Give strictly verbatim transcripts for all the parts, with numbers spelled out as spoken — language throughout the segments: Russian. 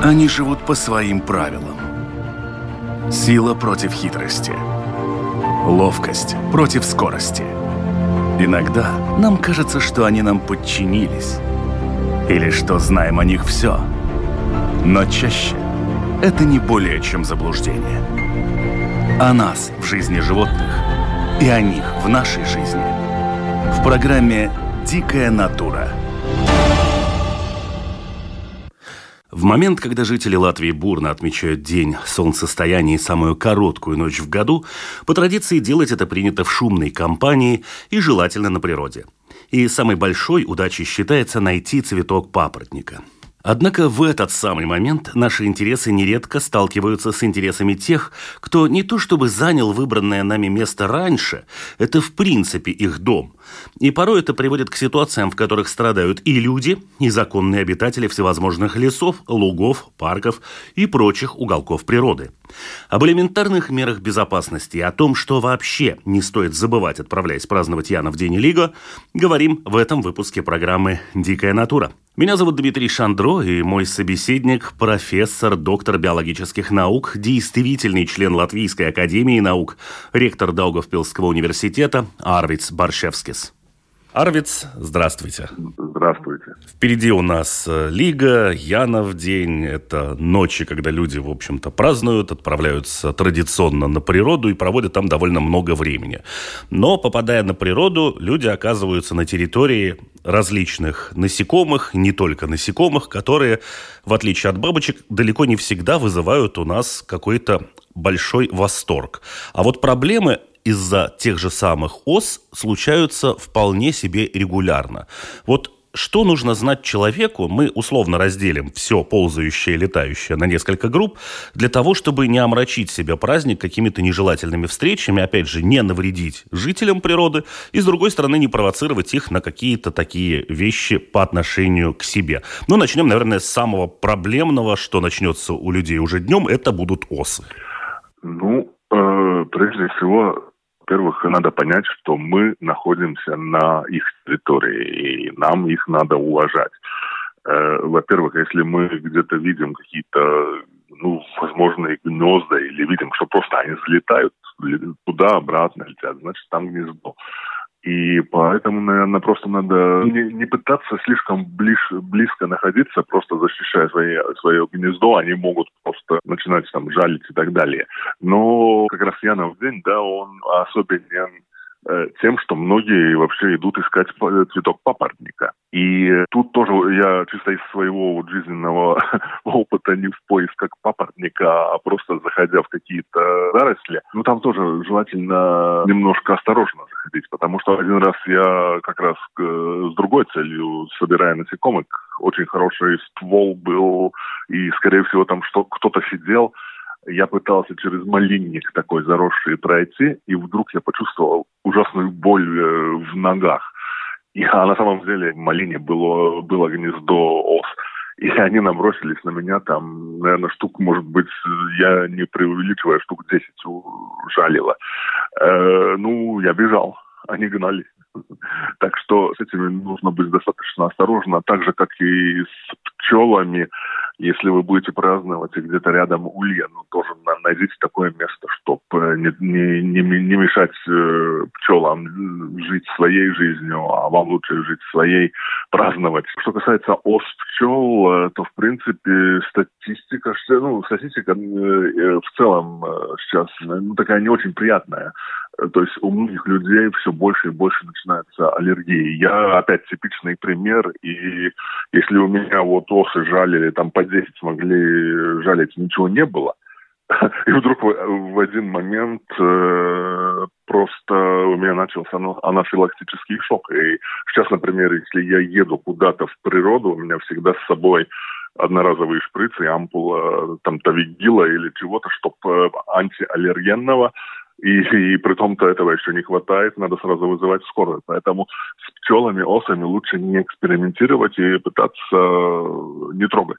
Они живут по своим правилам. Сила против хитрости. Ловкость против скорости. Иногда нам кажется, что они нам подчинились. Или что знаем о них все. Но чаще это не более чем заблуждение. О нас в жизни животных и о них в нашей жизни. В программе «Дикая натура». В момент, когда жители Латвии бурно отмечают день солнцестояния и самую короткую ночь в году, по традиции делать это принято в шумной компании и желательно на природе. И самой большой удачей считается найти цветок папоротника. Однако в этот самый момент наши интересы нередко сталкиваются с интересами тех, кто не то чтобы занял выбранное нами место раньше, это в принципе их дом. И порой это приводит к ситуациям, в которых страдают и люди, и законные обитатели всевозможных лесов, лугов, парков и прочих уголков природы. Об элементарных мерах безопасности и о том, что вообще не стоит забывать, отправляясь праздновать Яна в день Лига, говорим в этом выпуске программы «Дикая натура». Меня зовут Дмитрий Шандро, и мой собеседник – профессор, доктор биологических наук, действительный член Латвийской академии наук, ректор Даугавпилсского университета Арвидс Баршевскис. Арвидс, здравствуйте. Здравствуйте. Впереди у нас Лига, Янов день. Это ночи, когда люди, в общем-то, празднуют, отправляются традиционно на природу и проводят там довольно много времени. Но, попадая на природу, люди оказываются на территории различных насекомых, не только насекомых, которые, в отличие от бабочек, далеко не всегда вызывают у нас какой-то большой восторг. А вот проблемы из-за тех же самых ос случаются вполне себе регулярно. Вот что нужно знать человеку, мы условно разделим все ползающее и летающее на несколько групп, для того, чтобы не омрачить себе праздник какими-то нежелательными встречами, опять же, не навредить жителям природы, и, с другой стороны, не провоцировать их на какие-то такие вещи по отношению к себе. Ну, начнем, наверное, с самого проблемного, что начнется у людей уже днем, это будут осы. Ну, э, прежде всего... Во-первых, надо понять, что мы находимся на их территории, и нам их надо уважать. Э, во-первых, если мы где-то видим какие-то, ну, возможные гнезда, или видим, что просто они взлетают, туда-обратно летят, значит, там гнездо. И поэтому, наверное, просто надо не, не пытаться слишком ближ, близко находиться, просто защищая свои, свое гнездо, они могут просто начинать там жалить и так далее. Но как раз Янов день, да, он особенен э, тем, что многие вообще идут искать цветок папоротника. И тут тоже я чисто из своего вот жизненного опыта не в поисках папоротника, а просто заходя в какие-то заросли, ну там тоже желательно немножко осторожно заходить, потому что один раз я как раз с другой целью, собирая насекомых, очень хороший ствол был, и, скорее всего, там что, кто-то сидел. Я пытался через малинник такой заросший пройти, и вдруг я почувствовал ужасную боль в ногах. И, а на самом деле в малине было, было гнездо ос. И они набросились на меня там, наверное, штук, может быть, я не преувеличиваю, штук десять жалило. Э, ну, я бежал, они гнали. Так что с этими нужно быть достаточно осторожно, так же, как и с пчелами. Если вы будете праздновать и где-то рядом улья, ну, тоже найдите такое место, чтобы не, не, не, не мешать э, пчелам жить своей жизнью, а вам лучше жить своей, праздновать. Что касается ос пчел, то, в принципе, статистика, ну, статистика э, в целом э, сейчас ну, такая не очень приятная. То есть у многих людей все больше и больше начинается аллергии. Я опять типичный пример, и если у меня вот осы жалили, там по десять смогли жалить, ничего не было, и вдруг в, в один момент э, просто у меня начался анафилактический шок. И сейчас, например, если я еду куда-то в природу, у меня всегда с собой одноразовые шприцы, ампула, там, тавигила или чего-то, чтобы антиаллергенного. И, и при том-то этого еще не хватает, надо сразу вызывать скорую. Поэтому с пчелами, осами лучше не экспериментировать и пытаться не трогать.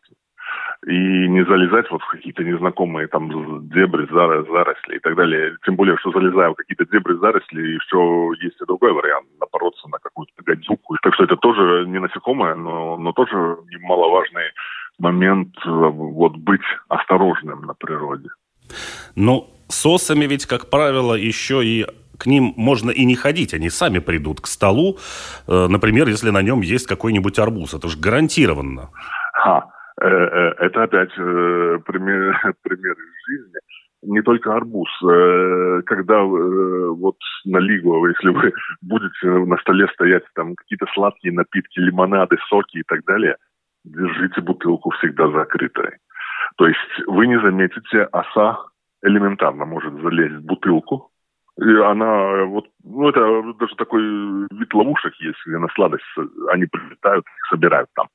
И не залезать вот в какие-то незнакомые там дебри, заросли и так далее. Тем более, что залезая в какие-то дебри, заросли, еще есть и другой вариант – напороться на какую-то гадюку. Так что это тоже не насекомое, но, но тоже немаловажный момент вот быть осторожным на природе. Ну, с осами ведь, как правило, еще и к ним можно и не ходить, они сами придут к столу, например, если на нем есть какой-нибудь арбуз, это же гарантированно. Ха, это опять пример, пример из жизни. Не только арбуз. Когда вот на Лигово, если вы будете на столе стоять там какие-то сладкие напитки, лимонады, соки и так далее, держите бутылку всегда закрытой. То есть вы не заметите, оса элементарно может залезть в бутылку, и она вот, ну это даже такой вид ловушек есть, где на сладость они прилетают, их собирают там.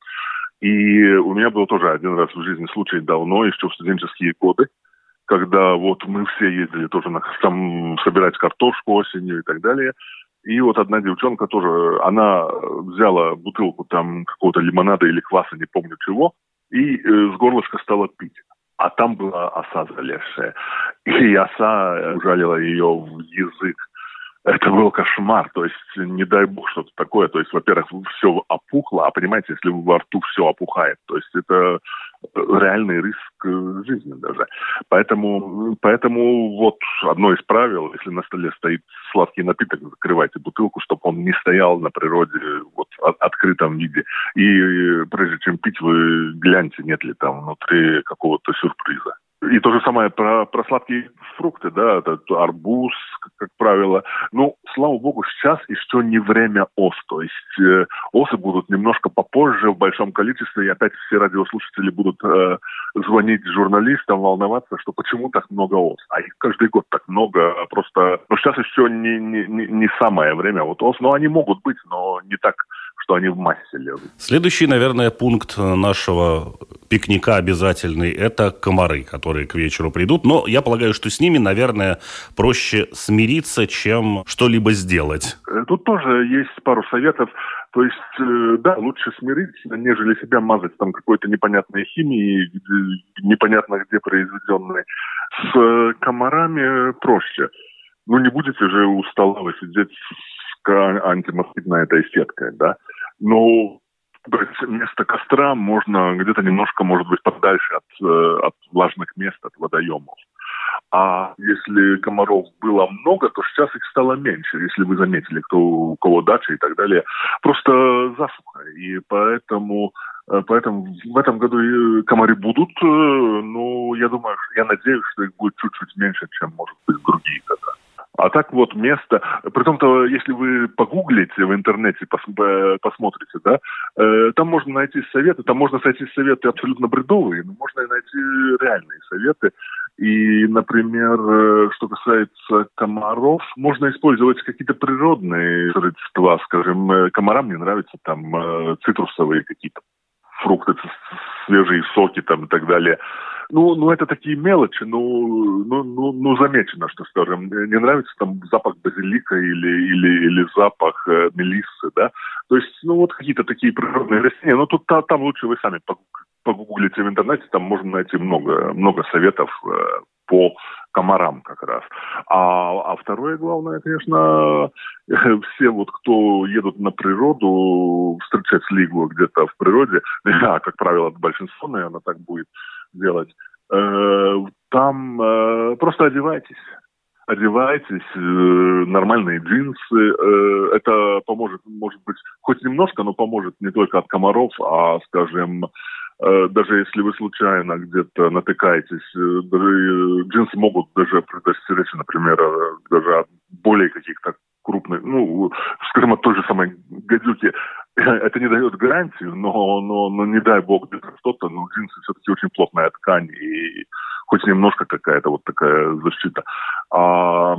И у меня был тоже один раз в жизни случай давно, еще в студенческие годы, когда вот мы все ездили тоже на, там, собирать картошку осенью и так далее. И вот одна девчонка тоже, она взяла бутылку там какого-то лимонада или кваса, не помню чего, и э, с горлышка стала пить. А там была оса залезшая. И оса ужалила ее в язык. Это был кошмар. То есть, не дай бог, что-то такое. То есть, во-первых, все опухло. А понимаете, если во рту все опухает, то есть, это реальный риск жизни даже. Поэтому, поэтому вот одно из правил, если на столе стоит сладкий напиток, закрывайте бутылку, чтобы он не стоял на природе вот, в открытом виде. И прежде чем пить, вы гляньте, нет ли там внутри какого-то сюрприза. И то же самое про, про сладкие фрукты, да, это арбуз, как, как правило. Ну, слава богу, сейчас еще не время ос. То есть э, осы будут немножко попозже, в большом количестве, и опять все радиослушатели будут э, звонить журналистам, волноваться, что почему так много ос. А их каждый год так много, просто... Ну, сейчас еще не, не, не, не самое время вот ос, но они могут быть, но не так, что они в массе лезут. Следующий, наверное, пункт нашего пикника обязательный – это комары, которые к вечеру придут. Но я полагаю, что с ними, наверное, проще смириться, чем что-либо сделать. Тут тоже есть пару советов. То есть, да, лучше смириться, нежели себя мазать там какой-то непонятной химией, непонятно где произведенной. С комарами проще. Ну, не будете же у стола вы сидеть с антимоскитной этой сеткой, да? Но вместо костра можно где-то немножко, может быть, подальше от, от влажных мест, от водоемов. А если комаров было много, то сейчас их стало меньше, если вы заметили, кто, у кого дача и так далее. Просто засуха. И поэтому, поэтому в этом году комары будут, но я думаю, я надеюсь, что их будет чуть-чуть меньше, чем, может быть, в другие года. А так вот место, притом-то, если вы погуглите в интернете, пос- посмотрите, да, э, там можно найти советы, там можно найти советы абсолютно бредовые, но можно и найти реальные советы. И, например, что касается комаров, можно использовать какие-то природные средства, скажем, комарам не нравятся там цитрусовые какие-то фрукты, свежие соки там и так далее. Ну, ну, это такие мелочи, ну, ну, ну, ну, замечено, что, скажем, не нравится там запах базилика или, или, или запах э, мелиссы, да. То есть, ну, вот какие-то такие природные растения. Но тут та, там лучше вы сами погуглите в интернете, там можно найти много, много советов э, по комарам как раз. А, а второе главное, конечно, все вот, кто едут на природу, встречать Лигово где-то в природе, да, как правило, большинство, наверное, так будет делать, э, там э, просто одевайтесь. Одевайтесь, э, нормальные джинсы. Э, это поможет, может быть, хоть немножко, но поможет не только от комаров, а, скажем, э, даже если вы случайно где-то натыкаетесь, э, даже джинсы могут даже предостеречь, например, э, даже от более каких-то крупных, ну, скажем, от той же самой гадюки. Это не дает гарантию, но, но, но не дай бог что-то, но джинсы все-таки очень плотная ткань и хоть немножко какая-то вот такая защита. А,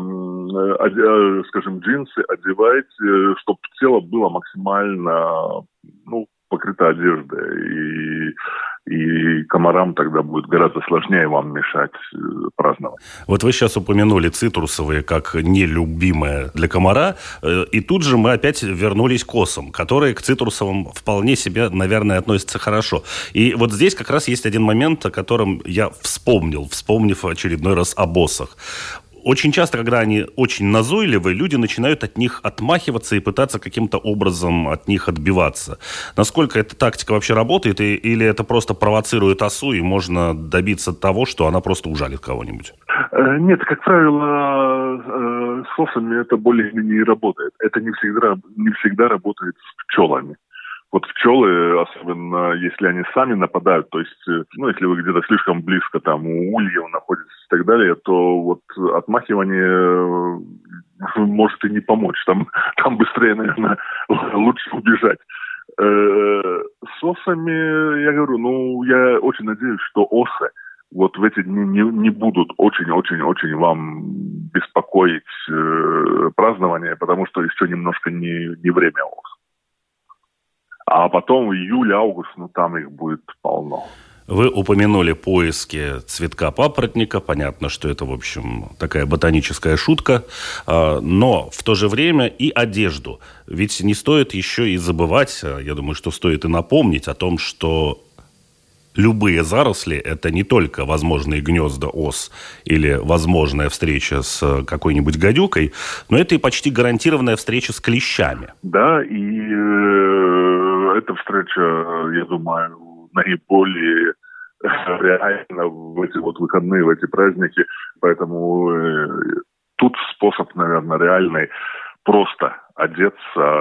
а, скажем, джинсы одевайте, чтобы тело было максимально, ну, покрыто одеждой, и, и комарам тогда будет гораздо сложнее вам мешать праздновать. Вот вы сейчас упомянули цитрусовые как нелюбимые для комара, и тут же мы опять вернулись к осам, которые к цитрусовым вполне себе, наверное, относятся хорошо. И вот здесь как раз есть один момент, о котором я вспомнил, вспомнив очередной раз об осах. очень часто, когда они очень назойливые, люди начинают от них отмахиваться и пытаться каким-то образом от них отбиваться. Насколько эта тактика вообще работает, и, или это просто провоцирует осу, и можно добиться того, что она просто ужалит кого-нибудь? Нет, как правило, с осами это более-менее не работает. Это не всегда, не всегда работает с пчелами. Вот пчелы, особенно если они сами нападают, то есть, ну, если вы где-то слишком близко там у ульев находитесь и так далее, то вот отмахивание может и не помочь. Там, там быстрее, наверное, лучше убежать. С осами, я говорю, ну, я очень надеюсь, что осы вот в эти дни не, не будут очень-очень-очень вам беспокоить э, празднование, потому что еще немножко не, не время ос. А потом в июле-август, ну там их будет полно. Вы упомянули поиски цветка папоротника. Понятно, что это, в общем, такая ботаническая шутка. Но в то же время и одежду. Ведь не стоит еще и забывать, я думаю, что стоит и напомнить о том, что любые заросли – это не только возможные гнезда ос или возможная встреча с какой-нибудь гадюкой, но это и почти гарантированная встреча с клещами. Да, и э, эта встреча, я думаю, наиболее реальна в эти вот выходные, в эти праздники. Поэтому э, тут способ, наверное, реальный. Просто одеться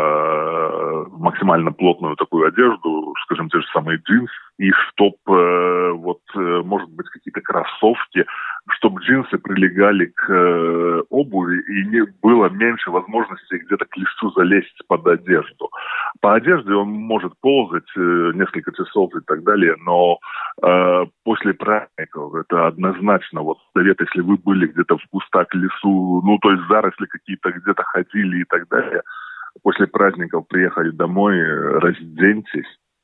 в максимально плотную такую одежду, скажем, те же самые джинсы, и чтоб, э, вот, э, может быть, какие-то кроссовки, чтобы джинсы прилегали к э, обуви, и не было меньше возможности где-то к листу залезть под одежду. По одежде он может ползать э, несколько часов и так далее, но э, после праздников это однозначно, вот, совет, если вы были где-то в кустах, лесу, ну, то есть заросли какие-то, где-то ходили и так далее, после праздников приехали домой, разденьтесь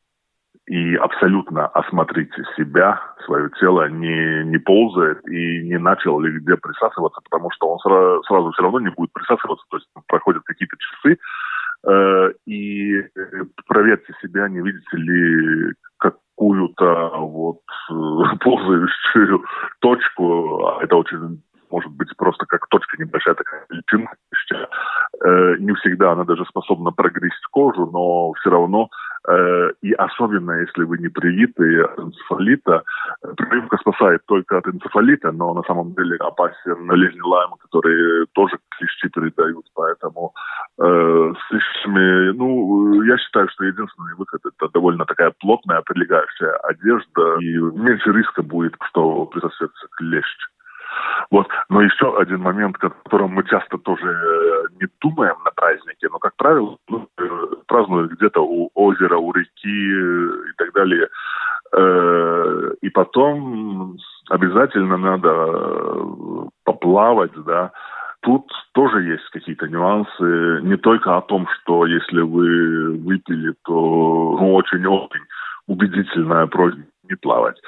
и абсолютно осмотрите себя, свое тело, не, не ползает и не начал ли где присасываться, потому что он сразу, сразу все равно не будет присасываться, то есть проходят какие-то часы, э, и проверьте себя, не видите ли какую-то вот э, ползающую точку, а это очень может быть просто как точка небольшая такая личинка. Э, не всегда она даже способна прогрызть кожу, но все равно, э, и особенно если вы не привиты от энцефалита, прививка спасает только от энцефалита, но на самом деле опасен болезнь Лайма, которые тоже клещи передают, поэтому э, с клещами, ну, я считаю, что единственный выход – это довольно такая плотная, прилегающая одежда, и меньше риска будет, что присосется клещ. Вот. Но еще один момент, о котором мы часто тоже не думаем на празднике, но, как правило, ну, празднуют где-то у озера, у реки и так далее. И потом обязательно надо поплавать, да. Тут тоже есть какие-то нюансы. Не только о том, что если вы выпили, то ну, очень-очень убедительная просьба не плавать.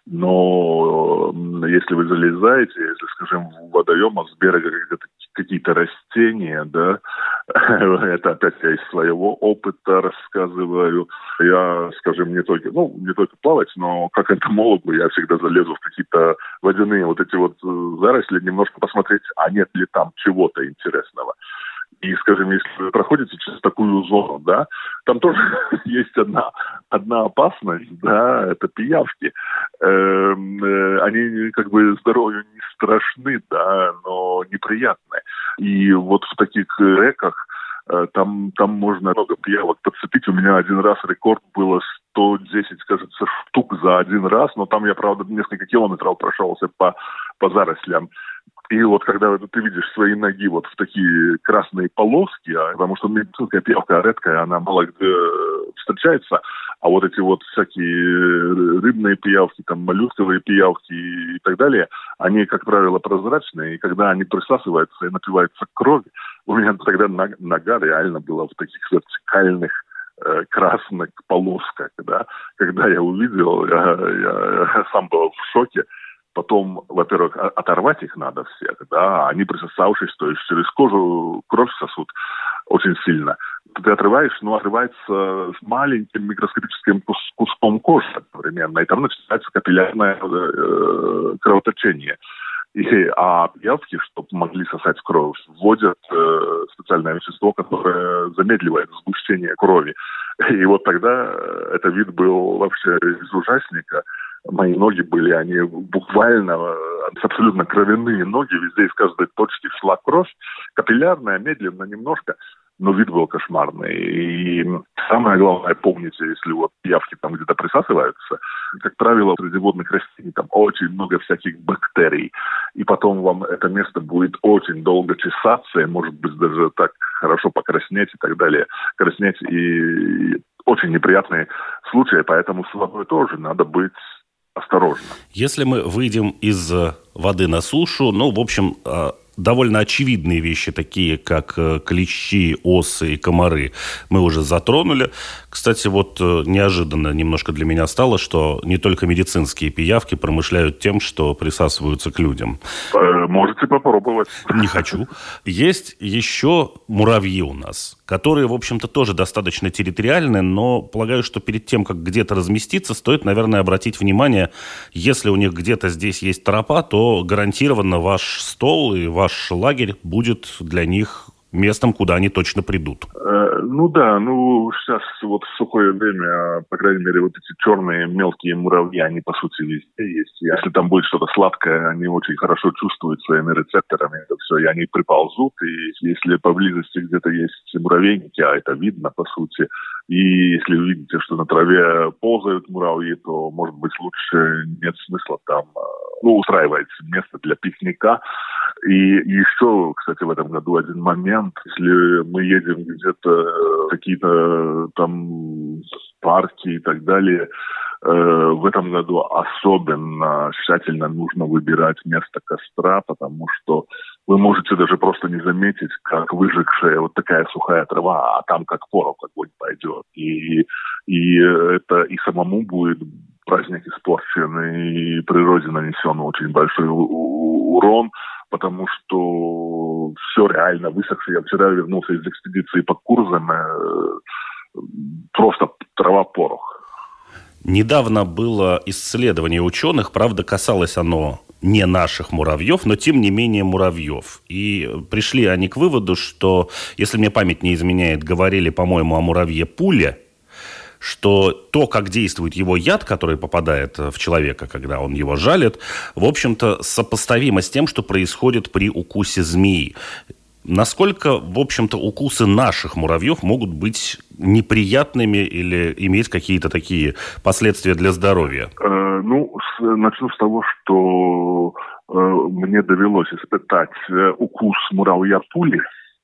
Но если вы залезаете, если, скажем, в водоем, а с берега где-то какие-то растения, да, это опять я из своего опыта рассказываю. Я, скажем, не только, ну, не только плавать, но как энтомологу я всегда залезу в какие-то водяные вот эти вот заросли, немножко посмотреть, а нет ли там чего-то интересного. И, скажем, если вы проходите через такую зону, да, там тоже есть одна, одна опасность, да, это пиявки. Э, э, они как бы здоровью не страшны, да, но неприятны. И вот в таких реках э, там, там можно много пиявок подцепить. У меня один раз рекорд было сто десять, кажется, штук за один раз, но там я, правда, несколько километров прошелся по, по зарослям. И вот когда ты видишь свои ноги вот в такие красные полоски, а, потому что медицинская пиявка редкая, она мало где встречается, а вот эти вот всякие рыбные пиявки, там моллюсковые пиявки и так далее, они, как правило, прозрачные, и когда они присасываются и напиваются кровью, у меня тогда нога реально была в таких вертикальных э, красных полосках, да. Когда я увидел, я, я, я сам был в шоке. Потом, во-первых, оторвать их надо всех, да, они присосавшись, то есть через кожу кровь сосут очень сильно. Ты отрываешь, ну, отрывается с маленьким микроскопическим кус- куском кожи, например, и там начинается капиллярное э, кровоточение. И, а пиявки, чтобы могли сосать кровь, вводят э, специальное вещество, которое замедливает сгущение крови. И вот тогда этот вид был вообще из ужасника. Мои ноги были, они буквально абсолютно кровяные ноги, везде из каждой точки шла кровь, капиллярная, медленно немножко, но вид был кошмарный. И самое главное, помните, если вот пиявки там где-то присасываются, как правило, среди водных растений там очень много всяких бактерий, и потом вам это место будет очень долго чесаться, и, может быть, даже так хорошо покраснеть и так далее. Краснеть и очень неприятные случаи, поэтому с водой тоже надо быть осторожно. Если мы выйдем из воды на сушу, ну, в общем, довольно очевидные вещи, такие как клещи, осы и комары, мы уже затронули. Кстати, вот неожиданно немножко для меня стало, что не только медицинские пиявки промышляют тем, что присасываются к людям. Можете попробовать. Не хочу. Есть еще муравьи у нас, которые, в общем-то, тоже достаточно территориальны, но полагаю, что перед тем, как где-то разместиться, стоит, наверное, обратить внимание, если у них где-то здесь есть тропа, то гарантированно ваш стол и ваш лагерь будет для них местом, куда они точно придут. Э, ну да, ну сейчас вот в сухое время, по крайней мере, вот эти черные мелкие муравьи, они по сути везде есть. Если там будет что-то сладкое, они очень хорошо чувствуют своими рецепторами это все, и они приползут. И если поблизости где-то есть муравейники, а это видно по сути, и если вы видите, что на траве ползают муравьи, то, может быть, лучше нет смысла там, ну, устраивать место для пикника. И еще, кстати, в этом году один момент, если мы едем где-то в какие-то там парки и так далее, э, в этом году особенно тщательно нужно выбирать место костра, потому что вы можете даже просто не заметить, как выжигшая вот такая сухая трава, а там как порох огонь пойдет. И, и это и самому будет праздник испорчен, и природе нанесен очень большой урон, потому что все реально высохшее. Я вчера вернулся из экспедиции по Курзам, просто трава-порох. Недавно было исследование ученых, правда, касалось оно не наших муравьев, но тем не менее муравьев. И пришли они к выводу, что, если мне память не изменяет, говорили, по-моему, о муравье-пуле, что то, как действует его яд, который попадает в человека, когда он его жалит, в общем-то, сопоставимо с тем, что происходит при укусе змеи. Насколько, в общем-то, укусы наших муравьев могут быть неприятными или иметь какие-то такие последствия для здоровья? Э, ну, с, начну с того, что э, мне довелось испытать э, укус муравья-пули.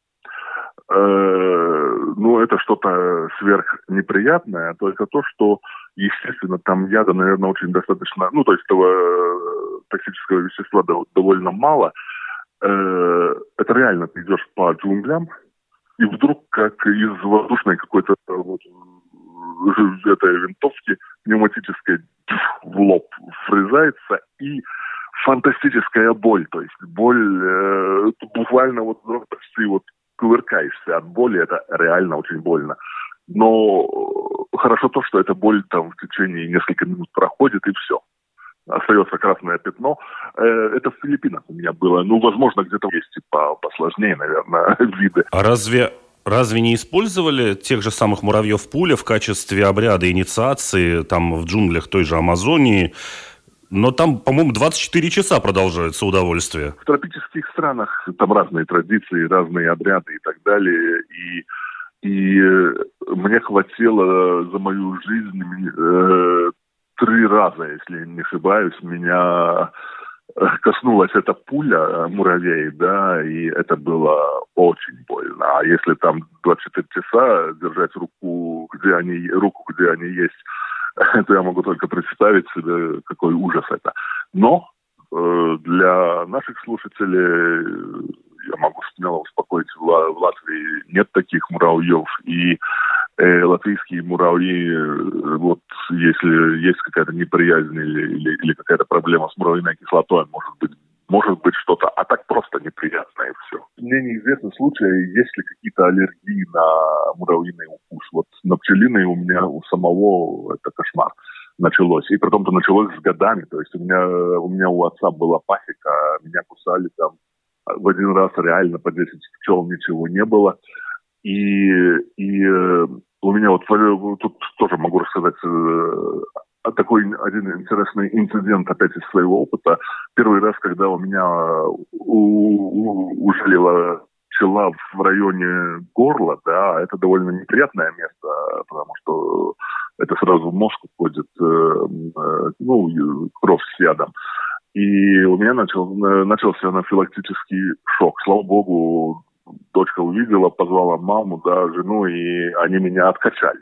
Э, ну, это что-то сверхнеприятное, только то, что, естественно, там яда, наверное, очень достаточно, ну, то есть этого э, токсического вещества довольно мало. Это реально ты идешь по джунглям, и вдруг, как из воздушной какой-то вот, этой винтовки пневматической в лоб врезается, и фантастическая боль. То есть боль э, буквально вот ты вот кувыркаешься от боли, это реально очень больно. Но хорошо то, что эта боль там в течение нескольких минут проходит, и все. Остается красное пятно. Это в Филиппинах у меня было. Ну, возможно, где-то есть и посложнее, наверное, виды. А разве, разве не использовали тех же самых муравьев-пуля в качестве обряда инициации там в джунглях той же Амазонии? Но там, по-моему, двадцать четыре часа продолжается удовольствие. В тропических странах там разные традиции, разные обряды и так далее. И, и мне хватило за мою жизнь... Э, Три раза, если не ошибаюсь, меня коснулась эта пуля муравей, да, и это было очень больно. А если там двадцать четыре часа держать руку, где они, руку, где они есть, то я могу только представить себе, какой ужас это. Но э, для наших слушателей я могу смело успокоить, в Латвии нет таких муравьев, и э, латвийские муравьи, вот если есть какая-то неприязнь или, или, или какая-то проблема с муравьиной кислотой, может быть, может быть что-то, а так просто неприятно и все. Мне неизвестны случаи, есть ли какие-то аллергии на муравьиный укус. Вот на пчелиный у меня у самого это кошмар. началось. И потом-то началось с годами. То есть у меня, у меня у отца была пасека, меня кусали там в один раз реально по десять пчел, ничего не было. И, и у меня вот тут тоже могу рассказать такой один интересный инцидент опять из своего опыта. Первый раз, когда у меня ужалила пчела в районе горла, да, это довольно неприятное место, потому что это сразу в мозг уходит, ну, кровь с ядом. И у меня начал, начался анафилактический шок. Слава богу, дочка увидела, позвала маму, да, жену, и они меня откачали.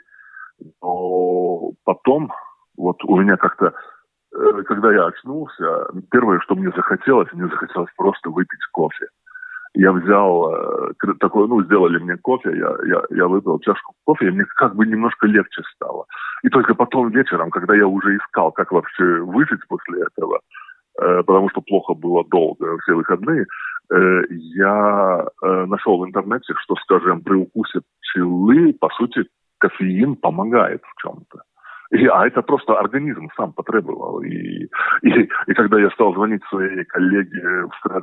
Но потом, вот у меня как-то, когда я очнулся, первое, что мне захотелось, мне захотелось просто выпить кофе. Я взял такой, ну, сделали мне кофе, я, я, я выпил чашку кофе, и мне как бы немножко легче стало. И только потом вечером, когда я уже искал, как вообще выжить после этого, э, потому что плохо было долго, все выходные, э, я э, нашел в интернете, что, скажем, при укусе пчелы, по сути, кофеин помогает в чем-то. И, а это просто организм сам потребовал. И, и, и когда я стал звонить своей коллеге в стране,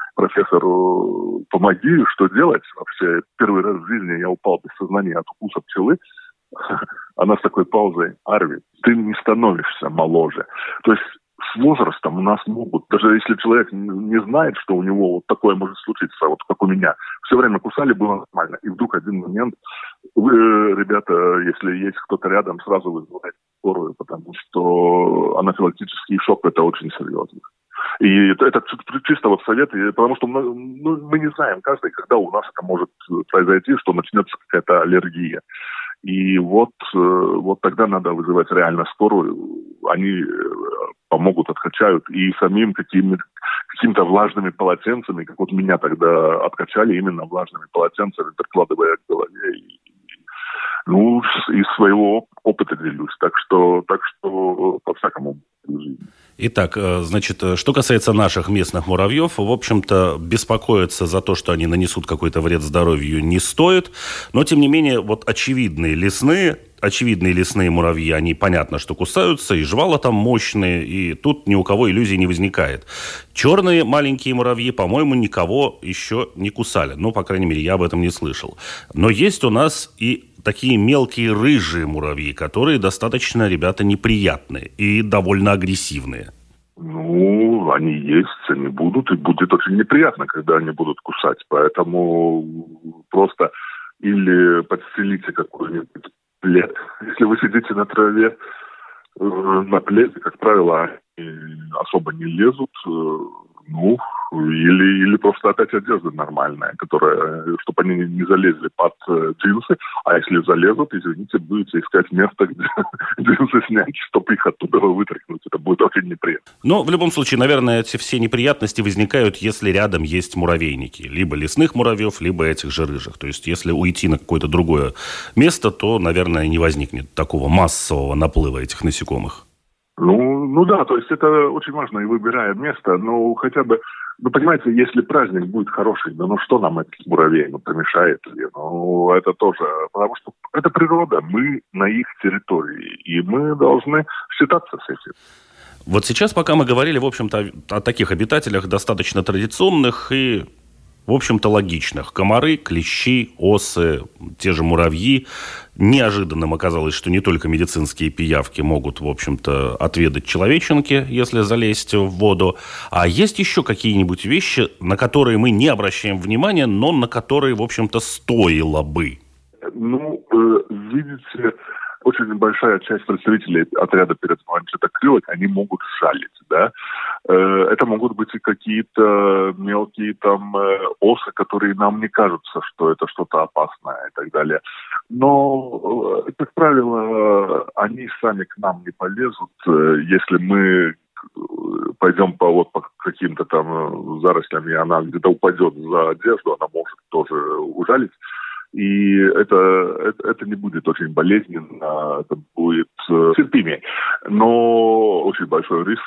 профессору, помоги, что делать вообще. Первый раз в жизни я упал без сознания от укуса пчелы. Она с такой паузой: Арви, ты не становишься моложе. То есть с возрастом у нас могут, даже если человек не знает, что у него вот такое может случиться, вот как у меня, все время кусали, было нормально. И вдруг один момент, вы, ребята, если есть кто-то рядом, сразу вызывайте скорую, потому что анафилактический шок – это очень серьезно. И это, это чисто вот совет, потому что мы, ну, мы не знаем каждый, когда у нас это может произойти, что начнется какая-то аллергия. И вот, вот тогда надо вызывать реально скорую. Они помогут, откачают. И самим какими, какими-то влажными полотенцами, как вот меня тогда откачали именно влажными полотенцами, прикладывая к голове. И, ну, из своего опыта делюсь. Так что, так что по-всякому. Итак, значит, что касается наших местных муравьев, в общем-то, беспокоиться за то, что они нанесут какой-то вред здоровью, не стоит. Но, тем не менее, вот очевидные лесные, очевидные лесные муравьи, они понятно, что кусаются, и жвала там мощные, и тут ни у кого иллюзий не возникает. Черные маленькие муравьи, по-моему, никого еще не кусали. Ну, по крайней мере, я об этом не слышал. Но есть у нас и такие мелкие рыжие муравьи, которые достаточно, ребята, неприятные и довольно агрессивные. Ну, они есть, они будут, и будет очень неприятно, когда они будут кусать. Поэтому просто или подстелите какой-нибудь плед. Если вы сидите на траве, на пледе, как правило, они особо не лезут. Ну, или, или просто опять одежда нормальная, которая, чтобы они не залезли под джинсы, а если залезут, извините, будете искать место, где джинсы снять, чтобы их оттуда вытряхнуть. Это будет очень неприятно. Но в любом случае, наверное, эти все неприятности возникают, если рядом есть муравейники. Либо лесных муравьев, либо этих же рыжих. То есть, если уйти на какое-то другое место, то, наверное, не возникнет такого массового наплыва этих насекомых. Ну, ну да, то есть это очень важно, и выбирая место, ну хотя бы, вы понимаете, если праздник будет хороший, да ну что нам этот муравей, ну помешает ли, ну это тоже, потому что это природа, мы на их территории, и мы должны считаться с этим. Вот сейчас, пока мы говорили, в общем-то, о таких обитателях достаточно традиционных и, в общем-то, логичных. Комары, клещи, осы, те же муравьи. Неожиданным оказалось, что не только медицинские пиявки могут, в общем-то, отведать человеченки, если залезть в воду. А есть еще какие-нибудь вещи, на которые мы не обращаем внимания, но на которые, в общем-то, стоило бы? Ну, э, видите, очень большая часть представителей отряда передманчатокрылок, они могут жалить, да. Это могут быть и какие-то мелкие там осы, которые нам не кажутся, что это что-то опасное и так далее. Но, как правило, они сами к нам не полезут, если мы пойдем по, вот, по каким-то там зарослям, и она где-то упадет за одежду, она может тоже ужалить. И это, это, это не будет очень болезненно, это будет э, терпимее. Но очень большой риск.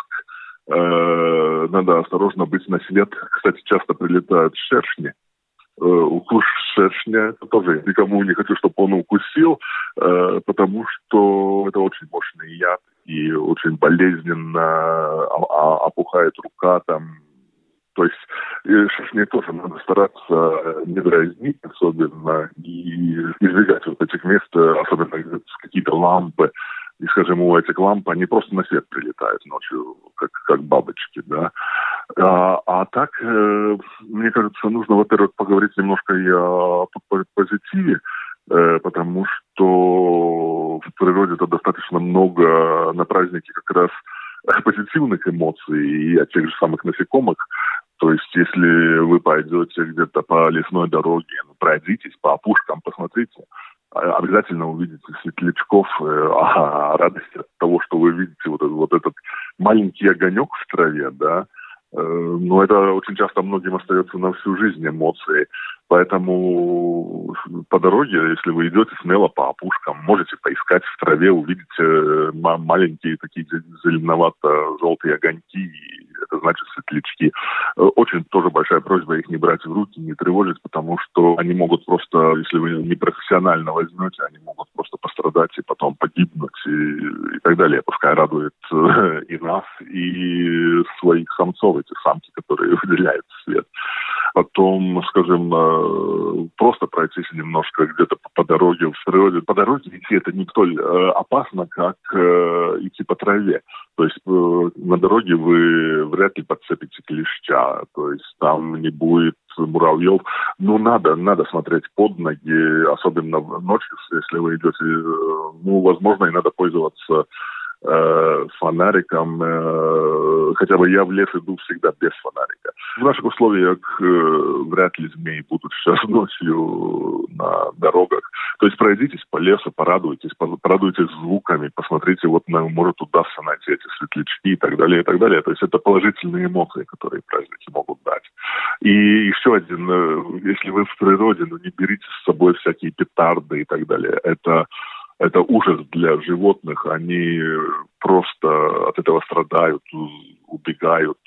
Э, надо осторожно быть на свет. Кстати, часто прилетают шершни. Э, укус шершня, это тоже никому не хочу, чтобы он укусил, э, потому что это очень мощный яд. и очень болезненно опухает рука там. То есть шерстней тоже надо стараться не дразнить особенно и избегать вот этих мест, особенно какие-то лампы. И, скажем, у этих ламп, они просто на свет прилетают ночью, как, как бабочки, да. А, а так, э, мне кажется, нужно, во-первых, поговорить немножко и о позитиве, э, потому что в природе это достаточно много на празднике как раз позитивных эмоций и от тех же самых насекомых. То есть, если вы пойдете где-то по лесной дороге, ну, пройдитесь по опушкам, посмотрите, обязательно увидите светлячков, а радость от того, что вы видите вот этот, вот этот маленький огонек в траве, да, но это очень часто многим остается на всю жизнь эмоции. Поэтому по дороге, если вы идете смело по опушкам, можете поискать в траве, увидите маленькие такие зеленовато-желтые огоньки, это значит светлячки. Очень тоже большая просьба их не брать в руки, не тревожить, потому что они могут просто, если вы не профессионально возьмете, они могут просто пострадать и потом погибнуть и, и так далее. Пускай радует и нас, и своих самцов, эти самки, которые выделяют свет. Потом, скажем, просто пройтись немножко где-то по дороге в природе. По дороге идти это не столь опасно, как идти по траве. То есть на дороге вы вряд ли подцепите клеща, то есть там не будет муравьев. Но надо, надо смотреть под ноги, особенно ночью, если вы идете. Ну, возможно, и надо пользоваться фонариком, хотя бы я в лес иду всегда без фонарика. В наших условиях вряд ли змеи будут сейчас ночью на дорогах. То есть пройдитесь по лесу, порадуйтесь, порадуйтесь звуками, посмотрите, вот может удастся найти эти светлячки и так далее, и так далее. То есть это положительные эмоции, которые праздники могут дать. И еще один, если вы в природе, ну не берите с собой всякие петарды и так далее. Это Это ужас для животных, они просто от этого страдают, убегают,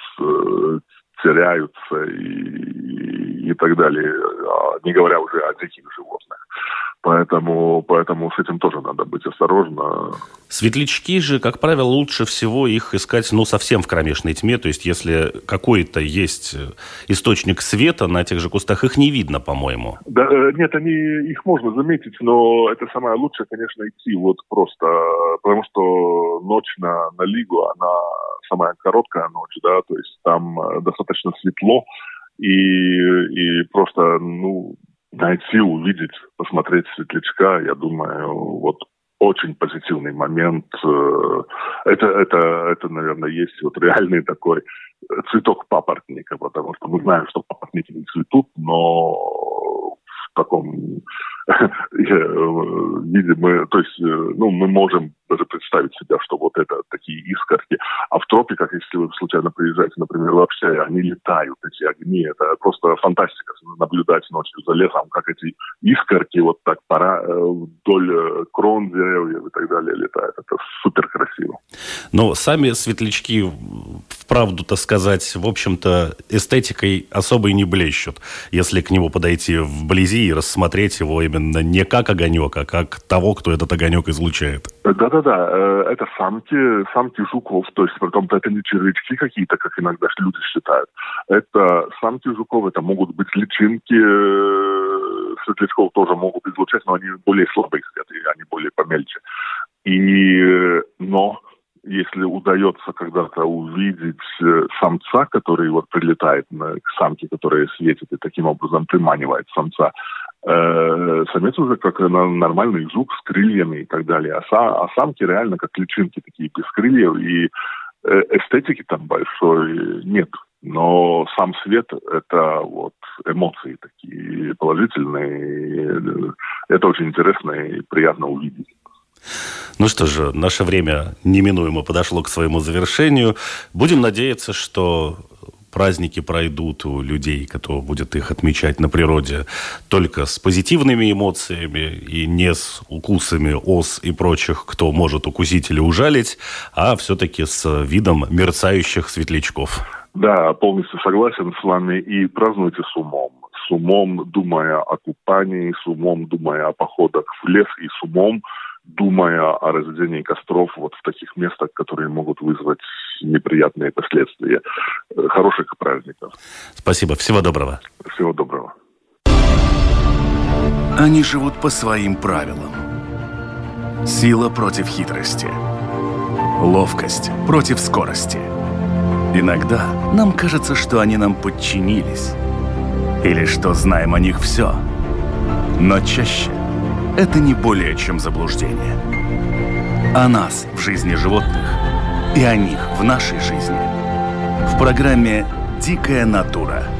теряются и, и так далее, не говоря уже о диких животных. Поэтому, поэтому с этим тоже надо быть осторожно. Светлячки же, как правило, лучше всего их искать, ну, совсем в кромешной тьме. То есть, если какой-то есть источник света на тех же кустах, их не видно, по-моему. Да, нет, они, их можно заметить, но это самое лучшее, конечно, идти вот просто, потому что ночь на, на Лигу, она самая короткая ночь, да, то есть там достаточно светло, и, и просто, ну, найти, увидеть, посмотреть светлячка, я думаю, вот очень позитивный момент. Это, это, это, наверное, есть вот реальный такой цветок папоротника, потому что мы знаем, что папоротники не цветут, но в таком виде мы, то есть, ну, мы можем даже представить себя, что вот это такие искорки. А в тропиках, если вы случайно приезжаете, например, вообще, они летают, эти огни. Это просто фантастика, наблюдать ночью за лесом, как эти искорки вот так пора вдоль крон деревьев и так далее летают. Это супер красиво. Но сами светлячки, вправду-то сказать, в общем-то, эстетикой особо и не блещут, если к нему подойти вблизи и рассмотреть его именно не как огонек, а как того, кто этот огонек излучает. Да-да-да, это самки, самки жуков, то есть потом это не червячки какие-то, как иногда люди считают. Это самки жуков, это могут быть личинки, светлячков тоже могут излучать, но они более слабые, они более помельче. И, но если удается когда-то увидеть самца, который вот прилетает к самке, которая светит, и таким образом приманивает самца, э, самец уже как нормальный жук с крыльями и так далее, а, са, а самки реально как личинки такие без крыльев, и эстетики там большой нет. Но сам свет – это вот эмоции такие положительные, это очень интересно и приятно увидеть. Ну что же, наше время неминуемо подошло к своему завершению. Будем надеяться, что праздники пройдут у людей, кто будет их отмечать на природе, только с позитивными эмоциями и не с укусами ос и прочих, кто может укусить или ужалить, а все-таки с видом мерцающих светлячков. Да, полностью согласен с вами. И празднуйте с умом. С умом, думая о купании, с умом, думая о походах в лес, и с умом, думая о разведении костров вот в таких местах, которые могут вызвать неприятные последствия. Хороших праздников. Спасибо. Всего доброго. Всего доброго. Они живут по своим правилам. Сила против хитрости. Ловкость против скорости. Иногда нам кажется, что они нам подчинились. Или что знаем о них все. Но чаще это не более чем заблуждение. О нас в жизни животных и о них в нашей жизни. В программе «Дикая натура».